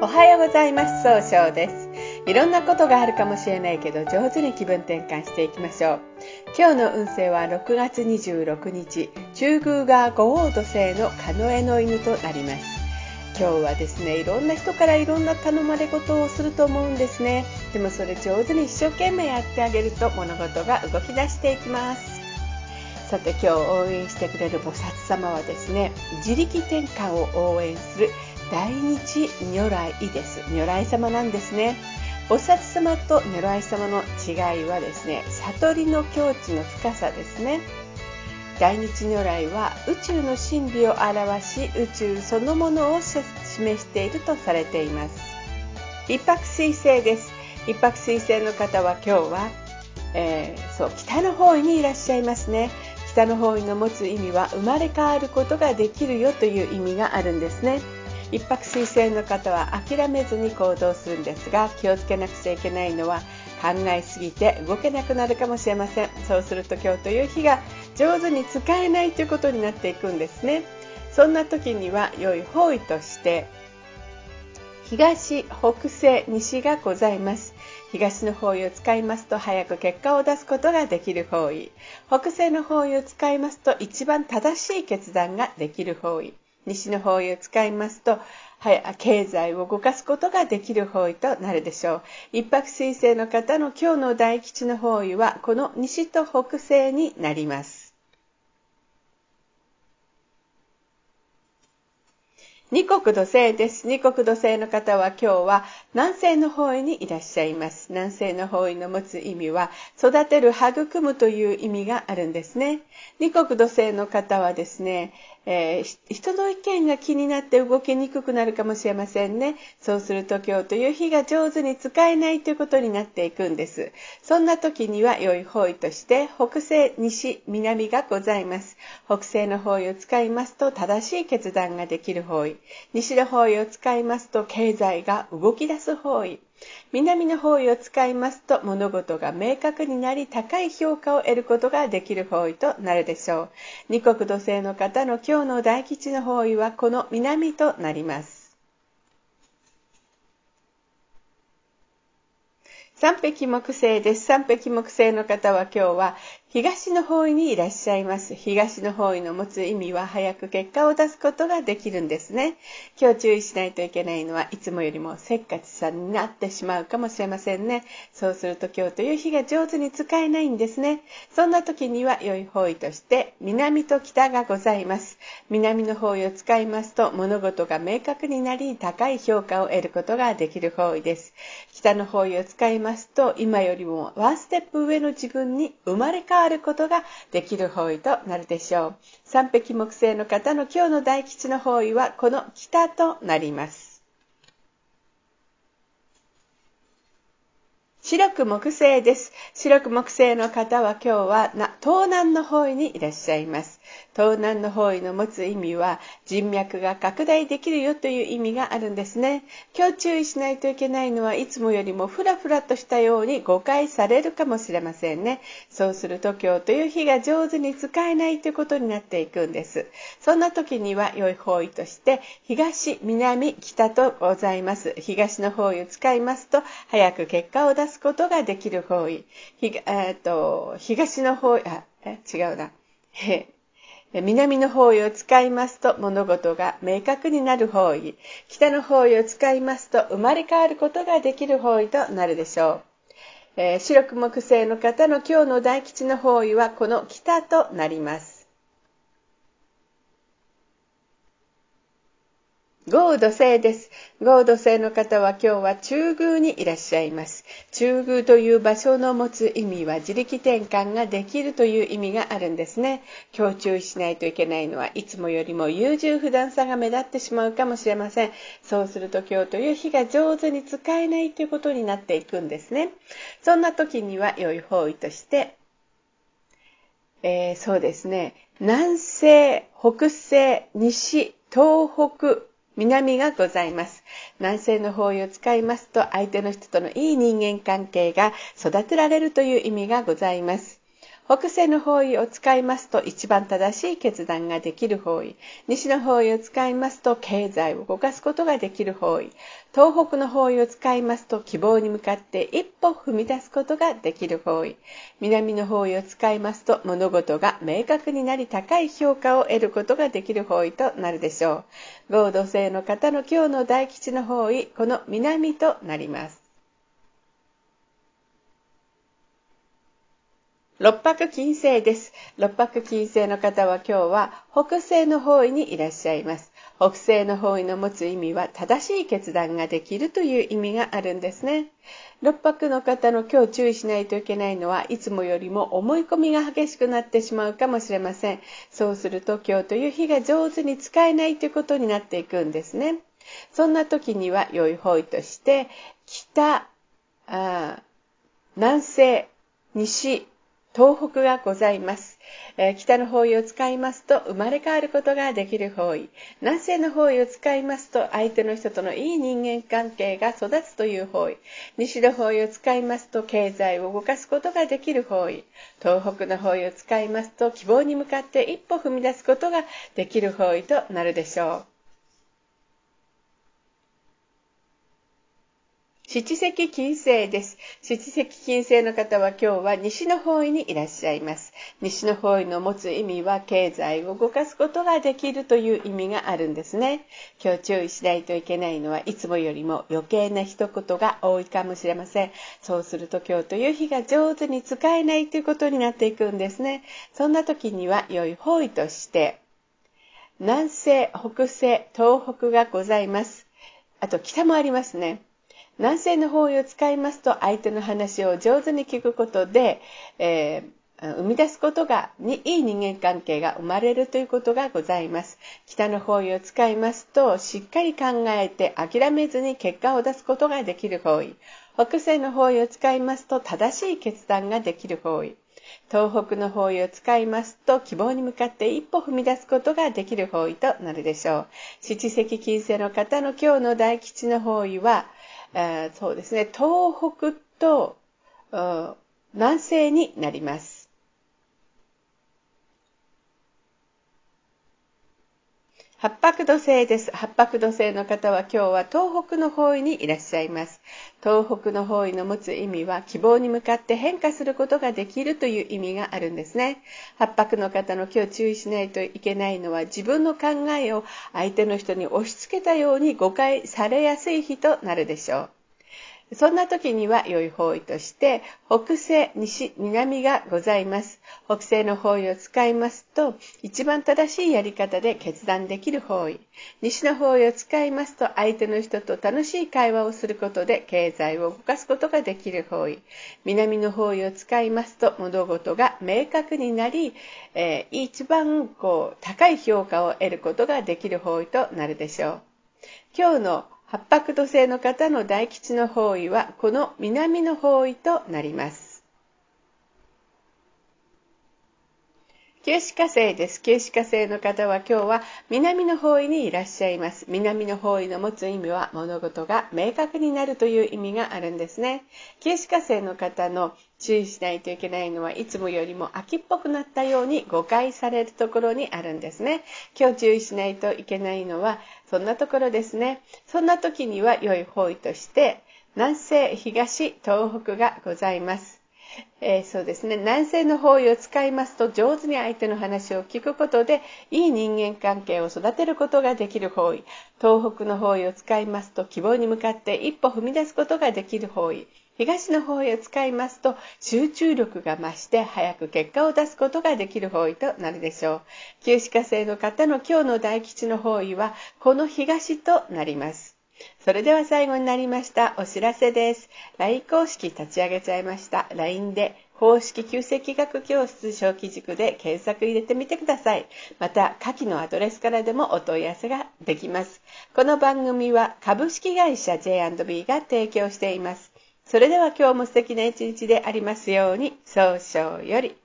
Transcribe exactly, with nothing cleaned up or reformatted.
おはようございます。総称です。いろんなことがあるかもしれないけど、上手に気分転換していきましょう。今日の運勢はろくがつにじゅうろくにち、中宮が五黄土星の庚午の犬となります。今日はですね、いろんな人からいろんな頼まれ事をすると思うんですね。でもそれ上手に一生懸命やってあげると物事が動き出していきます。さて今日応援してくれる菩薩様はですね、自力転換を応援する大日如来です。如来様なんですね。菩薩様と如来様の違いはですね、悟りの境地の深さですね。大日如来は宇宙の真理を表し、宇宙そのものを示しているとされています。一泊水星です。一泊水星の方は今日は、えー、そう北の方位にいらっしゃいますね。北の方位の持つ意味は生まれ変わることができるよという意味があるんですね。一泊水星の方は諦めずに行動するんですが、気をつけなくちゃいけないのは考えすぎて動けなくなるかもしれません。そうすると今日という日が上手に使えないということになっていくんですね。そんな時には良い方位として東、北西、西がございます。東の方位を使いますと早く結果を出すことができる方位。北西の方位を使いますと一番正しい決断ができる方位。西の方位を使いますと経済を動かすことができる方位となるでしょう。一泊水星の方の今日の大吉の方位はこの西と北西になります。二国土星です。二国土星の方は今日は南西の方位にいらっしゃいます。南西の方位の持つ意味は育てる、育むという意味があるんですね。二国土星の方はですね、えー、人の意見が気になって動きにくくなるかもしれませんね。そうすると今日という日が上手に使えないということになっていくんです。そんな時には良い方位として北西、西、南がございます。北西の方位を使いますと正しい決断ができる方位。西の方位を使いますと経済が動き出す方位。南の方位を使いますと物事が明確になり高い評価を得ることができる方位となるでしょう。二国土星の方の今日の大吉の方位はこの南となります。三匹木星です。三匹木星の方は今日は東の方位にいらっしゃいます。東の方位の持つ意味は早く結果を出すことができるんですね。今日注意しないといけないのはいつもよりもせっかちさんになってしまうかもしれませんね。そうすると今日という日が上手に使えないんですね。そんな時には良い方位として南と北がございます。南の方位を使いますと物事が明確になり高い評価を得ることができる方位です。北の方位を使いますと今よりもワンステップ上の自分に生まれ変わることができる方位となるでしょう。三匹木星の方の今日の大吉の方位はこの北となります。白く木星です。白く木星の方は今日は東南の方位にいらっしゃいます。東南の方位の持つ意味は人脈が拡大できるよという意味があるんですね。今日注意しないといけないのはいつもよりもフラフラとしたように誤解されるかもしれませんね。そうすると今日という日が上手に使えないということになっていくんです。そんな時には良い方位として東、南、北とございます。東の方位を使いますと早く結果を出すことができる方位。ひえー、と東の方位あえ違うな南の方位を使いますと物事が明確になる方位。北の方位を使いますと生まれ変わることができる方位となるでしょう。えー、白く木星の方の今日の大吉の方位はこの北となります。五黄土星です。五黄土星の方は今日は中宮にいらっしゃいます。中宮という場所の持つ意味は自力転換ができるという意味があるんですね。今日注意しないといけないのはいつもよりも優柔不断さが目立ってしまうかもしれません。そうすると今日という日が上手に使えないということになっていくんですね。そんな時には良い方位として、えー、そうですね、南西、北西、西、東北、南がございます。南西の方位を使いますと相手の人とのいい人間関係が育てられるという意味がございます。 北西の方位を使いますと一番正しい決断ができる方位。西の方位を使いますと経済を動かすことができる方位。東北の方位を使いますと希望に向かって一歩踏み出すことができる方位。南の方位を使いますと物事が明確になり高い評価を得ることができる方位となるでしょう。合土星の方の今日の大吉の方位、この南となります。六白金星です。六白金星の方は今日は北西の方位にいらっしゃいます。北西の方位の持つ意味は正しい決断ができるという意味があるんですね。六白の方の今日注意しないといけないのはいつもよりも思い込みが激しくなってしまうかもしれません。そうすると今日という日が上手に使えないということになっていくんですね。そんな時には良い方位として北、あ南西、西、東北がございます、えー、北の方位を使いますと生まれ変わることができる方位。南西の方位を使いますと相手の人とのいい人間関係が育つという方位。西の方位を使いますと経済を動かすことができる方位。東北の方位を使いますと希望に向かって一歩踏み出すことができる方位となるでしょう。七石金星です。七石金星の方は今日は西の方位にいらっしゃいます。西の方位の持つ意味は経済を動かすことができるという意味があるんですね。今日注意しないといけないのはいつもよりも余計な一言が多いかもしれません。そうすると今日という日が上手に使えないということになっていくんですね。そんな時には良い方位として南西、北西、東北がございます。あと北もありますね。南西の方位を使いますと相手の話を上手に聞くことで、えー、生み出すことがにいい人間関係が生まれるということがございます。北の方位を使いますとしっかり考えて諦めずに結果を出すことができる方位。北西の方位を使いますと正しい決断ができる方位。東北の方位を使いますと希望に向かって一歩踏み出すことができる方位となるでしょう。七石金星の方の今日の大吉の方位はあそうですね、東北と南西になります。八白土星です。八白土星の方は今日は東北の方位にいらっしゃいます。東北の方位の持つ意味は希望に向かって変化することができるという意味があるんですね。八白の方の今日注意しないといけないのは自分の考えを相手の人に押し付けたように誤解されやすい日となるでしょう。そんな時には良い方位として北西、西、南がございます。北西の方位を使いますと一番正しいやり方で決断できる方位。西の方位を使いますと相手の人と楽しい会話をすることで経済を動かすことができる方位。南の方位を使いますと物事が明確になり、えー、一番こう高い評価を得ることができる方位となるでしょう。今日の八白土星の方の大吉の方位はこの南の方位となります。九死火星です。九死火星の方は今日は南の方位にいらっしゃいます。南の方位の持つ意味は物事が明確になるという意味があるんですね。九死火星の方の注意しないといけないのはいつもよりも秋っぽくなったように誤解されるところにあるんですね。今日注意しないといけないのはそんなところですね。そんな時には良い方位として南西、東、東北がございます。えー、そうですね。南西の方位を使いますと上手に相手の話を聞くことでいい人間関係を育てることができる方位。東北の方位を使いますと希望に向かって一歩踏み出すことができる方位。東の方位を使いますと集中力が増して早く結果を出すことができる方位となるでしょう。九死火星の方の今日の大吉の方位はこの東となります。それでは最後になりましたお知らせです。ライン 公式立ち上げちゃいました。ライン で公式旧世紀学教室小規塾で検索入れてみてください。また下記のアドレスからでもお問い合わせができます。この番組は株式会社 ジェイアンドビー が提供しています。それでは今日も素敵な一日でありますように。早々より。